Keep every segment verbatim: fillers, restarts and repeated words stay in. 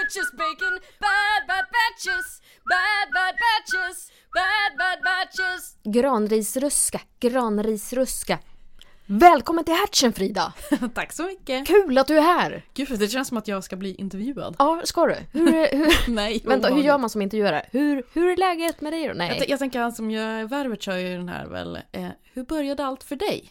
sandwiches, bacon, bad bad batches, bad bad batches, bad bad batches. Granrisruska, granrisruska. Välkommen till Hertzen, Frida. Tack så mycket. Kul att du är här. Gud, det känns som att jag ska bli intervjuad. Ja, ska du? Hur, hur... Nej. Vänta, hur gör man som intervjuare? Hur, hur är läget med dig då? Nej. Jag, jag tänker han som gör värvet kör ju den här väl. Eh, hur började allt för dig?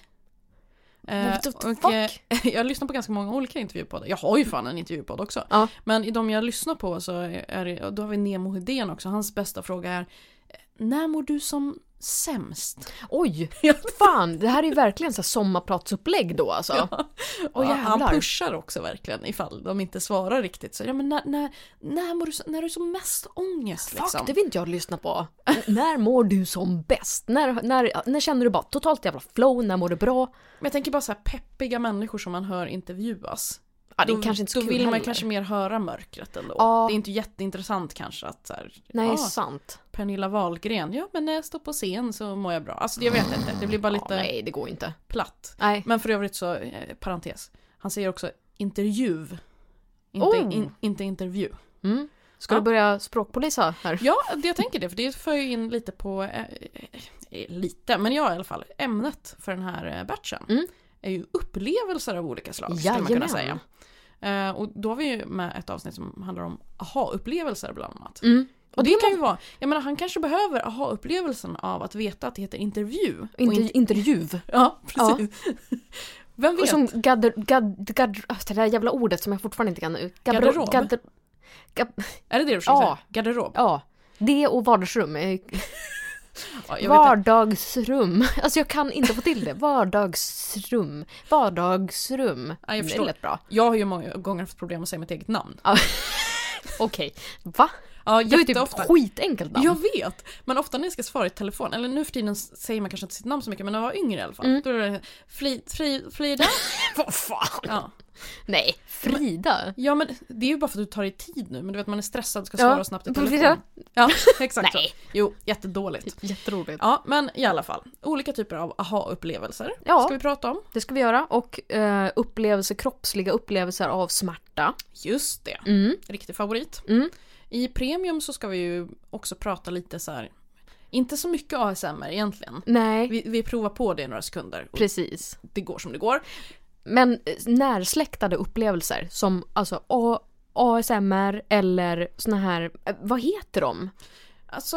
Eh, och, eh, jag lyssnar på ganska många olika intervjupoddar. Jag har ju fan en intervjupodd också. Ja. Men i de jag lyssnar på så är det, då har vi Nemo Hedén också. Hans bästa fråga är: när mår du som sämst? Oj, fan, det här är ju verkligen så här sommarpratsupplägg då alltså. Ja. Åh, ja, han pushar också verkligen ifall de inte svarar riktigt. Så ja, men när, när, när, mår du, när är du som mest ångest? Fuck, liksom? det vill inte jag lyssna på. När mår du som bäst? När, när, när känner du bara totalt jävla flow? När mår du bra? Men jag tänker bara så här peppiga människor som man hör intervjuas. Ja, det är då, kanske inte så då kul vill man heller. kanske mer höra mörkret ändå. Ja. Det är inte jätteintressant kanske att så här, Nej, ah, sant. Pernilla Wahlgren, ja men när jag står på scen så mår jag bra. Alltså jag vet inte, det blir bara lite Ja, nej, det går inte. platt. Nej. Men för övrigt så, eh, parentes, han säger också intervju. Inte, Oh. in, inte intervju. Mm. Ska Ja. du börja språkpolisa här? Ja, det jag tänker det, för det för ju in lite på, eh, eh, lite, men jag i alla fall, ämnet för den här eh, batchen Mm. är ju upplevelser av olika slag, skulle man kunna säga. Uh, och då har vi ju med ett avsnitt som handlar om aha-upplevelser bland annat. Mm. Och, och det, det kan ju vara, jag menar han kanske behöver aha-upplevelsen av att veta att det heter intervju. Inter- in- intervju. Ja, precis. Ja. Vem vet? Och som gadder, gad, gad, det där jävla ordet som jag fortfarande inte kan. Gabro, Garderob? Gadder, gab, Är det det du försöker Ja. säga? Garderob? ja, det och vardagsrum. Ja, jag vet Vardagsrum. Alltså jag kan inte få till det. Vardagsrum. Vardagsrum. Ja, jag det förstår. är lätt bra. Jag har ju många gånger haft problem att säga mitt eget namn. Ja. Okej. Va? Ja, Det är ju typ jätteofta. skitenkelt namn. Jag vet, men ofta när jag ska svara i telefon, eller nu för tiden säger man kanske inte sitt namn så mycket, men när jag var yngre i alla fall, Mm. då är det Fri, fri, Frida. Vad fan? Ja. Nej, Frida. Ja, men det är ju bara för att du tar i tid nu, men du vet man är stressad, ska Ja, svara snabbt i telefon. Frida. Ja, exakt. Nej. Så. Jo, jättedåligt. Jätteroligt. Ja, men i alla fall, olika typer av aha-upplevelser Ja. ska vi prata om. Det ska vi göra. Och eh, upplevelser, kroppsliga upplevelser av smärta. Just det, Mm. riktig favorit. Mm. I premium så ska vi ju också prata lite så här, inte så mycket A S M R egentligen. Nej, Vi, vi provar på det i några sekunder. Och precis. det går som det går. Men eh, närsläktade upplevelser som alltså A- ASMR eller såna här, eh, vad heter de? Alltså,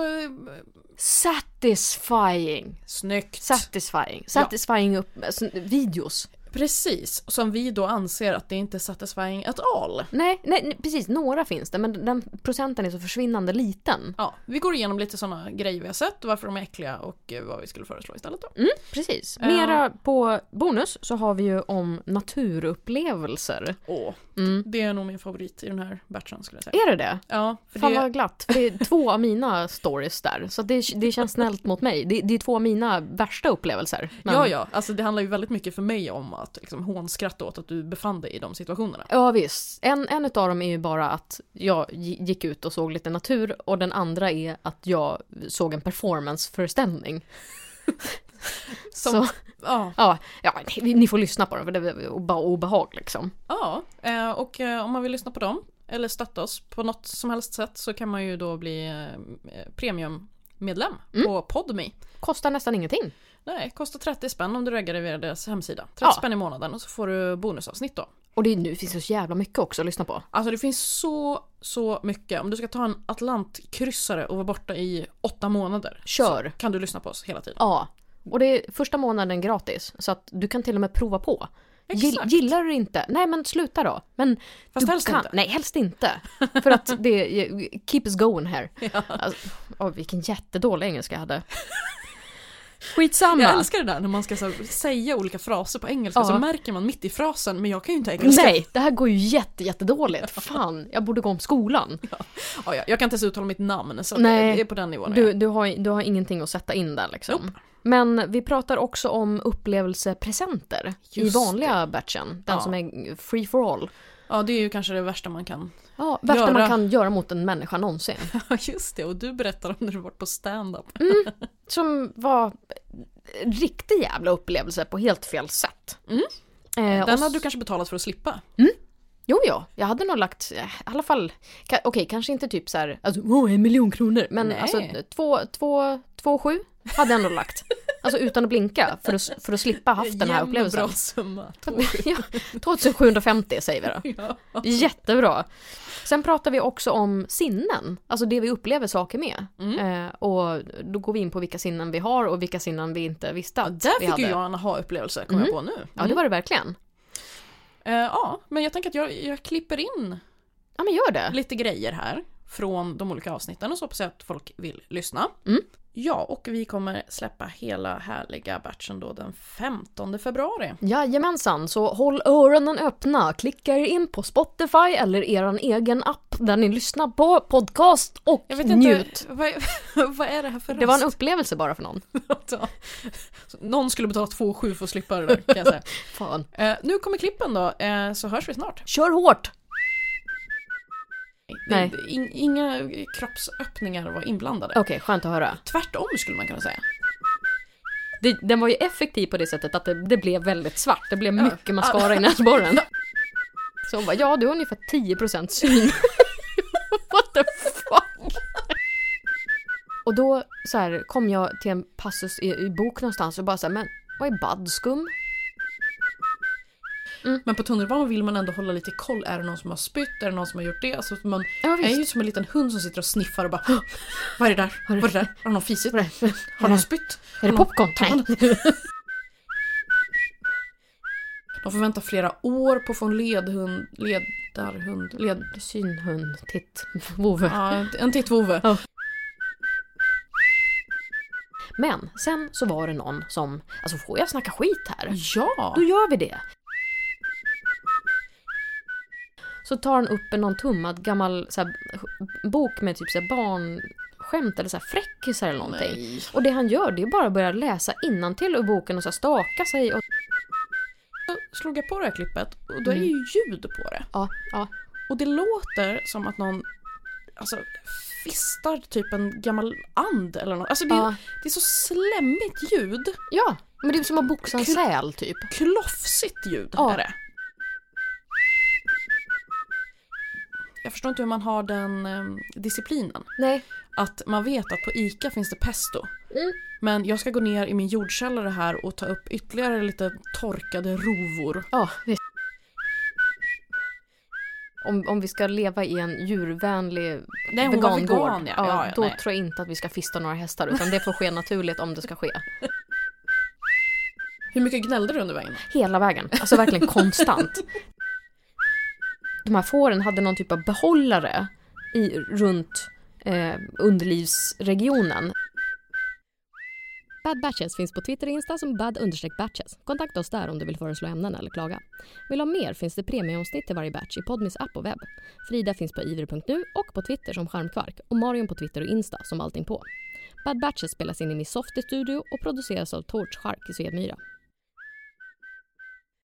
Satisfying. snyggt. Satisfying. Satisfying upp, alltså, videos. Precis, som vi då anser att det inte är satisfying at all. Nej, nej, nej, precis. Några finns det, men den procenten är så försvinnande liten. Ja, vi går igenom lite sådana grejer vi har sett och varför de är äckliga och eh, vad vi skulle föreslå istället då. Mm, precis. Eh. Mera på bonus så har vi ju om naturupplevelser. Åh, Mm. det är nog min favorit i den här batchen skulle jag säga. Är det det? Ja, för Fan det, vad glatt. För det är två av mina stories där. Så det, det känns snällt mot mig. Det, det är två av mina värsta upplevelser. Men... ja, ja, alltså det handlar ju väldigt mycket för mig om att liksom hånskratta åt att du befann dig i de situationerna. Ja visst. En, en av dem är ju bara att jag gick ut och såg lite natur. Och den andra är att jag såg en performanceföreställning. Som, Så ja, ja, ja, ni ni får lyssna på den för det är bara obehag liksom. ja, eh, och eh, om man vill lyssna på dem eller stötta oss på något som helst sätt så kan man ju då bli eh, premiummedlem Mm. på Podme. Kostar nästan ingenting. Nej, kostar trettio spänn om du reggar via deras hemsida. trettio Ja. spänn i månaden och så får du bonusavsnitt då. Och det är, nu finns det så jävla mycket också att lyssna på. Alltså det finns så, så mycket. Om du ska ta en Atlantkryssare och vara borta i åtta månader. Kör. Så kan du lyssna på oss hela tiden. Ja. Och det är första månaden gratis. Så att du kan till och med prova på. Gill, Exakt. gillar du det inte? Nej men sluta då. Men Fast du helst kan, inte. Nej helst inte. För att det keep us going här. Ja. Alltså, åh, vilken jättedålig engelska jag hade. Skitsamma. Jag älskar det där när man ska så, säga olika fraser på engelska Ja. så märker man mitt i frasen men jag kan ju inte engelska. Nej, det här går ju jätte, jättedåligt. Fan, jag borde gå om skolan. Ja, ja, jag kan inte ens uttala mitt namn så Nej. det är på den nivån. Du, du, har, du har ingenting att sätta in där liksom. Nope. Men vi pratar också om upplevelsepresenter i Just vanliga batchen. Den Ja. som är free for all. Ja, det är ju kanske det värsta man kan. Ja, värsta Göra. man kan göra mot en människa någonsin. Ja, just det. Och du berättar om när du varit på stand-up. Som var riktig jävla upplevelse på helt fel sätt. Mm. Eh, Den och hade du kanske betalat för att slippa. Jo, ja. Jag hade nog lagt, i alla fall, ka, okej, okay, kanske inte typ så här, alltså, oh, en miljon kronor. Men Nej. alltså, två, två, två, sju hade jag nog lagt. Alltså utan att blinka, för att, för att slippa haft den här upplevelsen. Bra summa. ja, tjugosjuhundrafemtio säger vi då. Ja. Jättebra. Sen pratar vi också om sinnen. Alltså det vi upplever saker med. Mm. Eh, och då går vi in på vilka sinnen vi har och vilka sinnen vi inte visste att ja, där vi fick hade. ju jag en aha-upplevelse, kom mm. jag på nu. Mm. Ja, det var det verkligen. Uh, ja, men jag tänker att jag, jag klipper in ja, men gör det. lite grejer här från de olika avsnitten och så hoppas jag att folk vill lyssna. Mm. Ja, och vi kommer släppa hela härliga batchen då den femtonde februari. Jajamensan, så håll öronen öppna. Klicka er in på Spotify eller er egen app där ni lyssnar på podcast och jag vet inte, njut. Vad, vad är det här för röst? Det var en upplevelse bara för någon. Någon skulle betala två komma sju för att slippa det där, kan jag säga. Fan. Uh, nu kommer klippen då, uh, så hörs vi snart. Kör hårt! Nej. Det, in, inga kroppsöppningar var inblandade. Okej, okay, skönt att höra. Tvärtom skulle man kunna säga. Det, den var ju effektiv på det sättet att det, det blev väldigt svart. Det blev mycket ja. mascara i näsborren. Så hon bara, ja du har ungefär tio procent syn. What the fuck? Och då så här, kom jag till en passus i, i bok någonstans och bara så här, men vad är badskum? Mm. Men på tunnelbanan vill man ändå hålla lite koll. Är det någon som har spytt? Är det någon som har gjort det? Alltså man ja, är ju som en liten hund som sitter och sniffar och bara vad är det där? Vad är det där? Har någon fisit? Har någon spytt? Är det popcorn? De får vänta flera år på att få en ledhund, ledarhund, led... synhund, tittvove. Ja, en tittvove. Ja. Men sen så var det någon som, alltså får jag snacka skit här? Ja. Då gör vi det. Så tar han upp en någon tummad gammal så här, bok med typ så här, barnskämt eller så här, fräckisar eller någonting. Nej. Och det han gör det är bara att börja läsa innantill ur boken och så här, staka sig. Och... Så slog jag på det här klippet och då är det ju ljud på det. Ja, ja. Och det låter som att någon alltså, fistar typ en gammal and eller något. Alltså det, ja. det är så slemmigt ljud. Ja, men det är som att boxa en Kl- säl typ. Klofsigt ljud ja. är det. Jag förstår inte hur man har den eh, disciplinen. Nej. Att man vet att på Ica finns det pesto. Mm. Men jag ska gå ner i min jordkällare här och ta upp ytterligare lite torkade rovor. Ja, visst. Om, om vi ska leva i en djurvänlig nej, vegangård, vegan, ja. Ja, Ja, ja, då nej. tror jag inte att vi ska fista några hästar. Utan det får ske naturligt om det ska ske. Hur mycket gnällde du under vägen? Hela vägen. Alltså verkligen konstant. De här fåren hade någon typ av behållare i, runt eh, underlivsregionen. Bad Batches finns på Twitter och Insta som bad-batches. Kontakta oss där om du vill föreslå ämnen eller klaga. Vill ha mer finns det premieomsnitt till varje batch i Podmis app och webb. Frida finns på ivr punkt nu och på Twitter som Charmkvark och Marion på Twitter och Insta som allting på. Bad Batches spelas in i Softy Studio och produceras av Torch Shark i Svedmyra.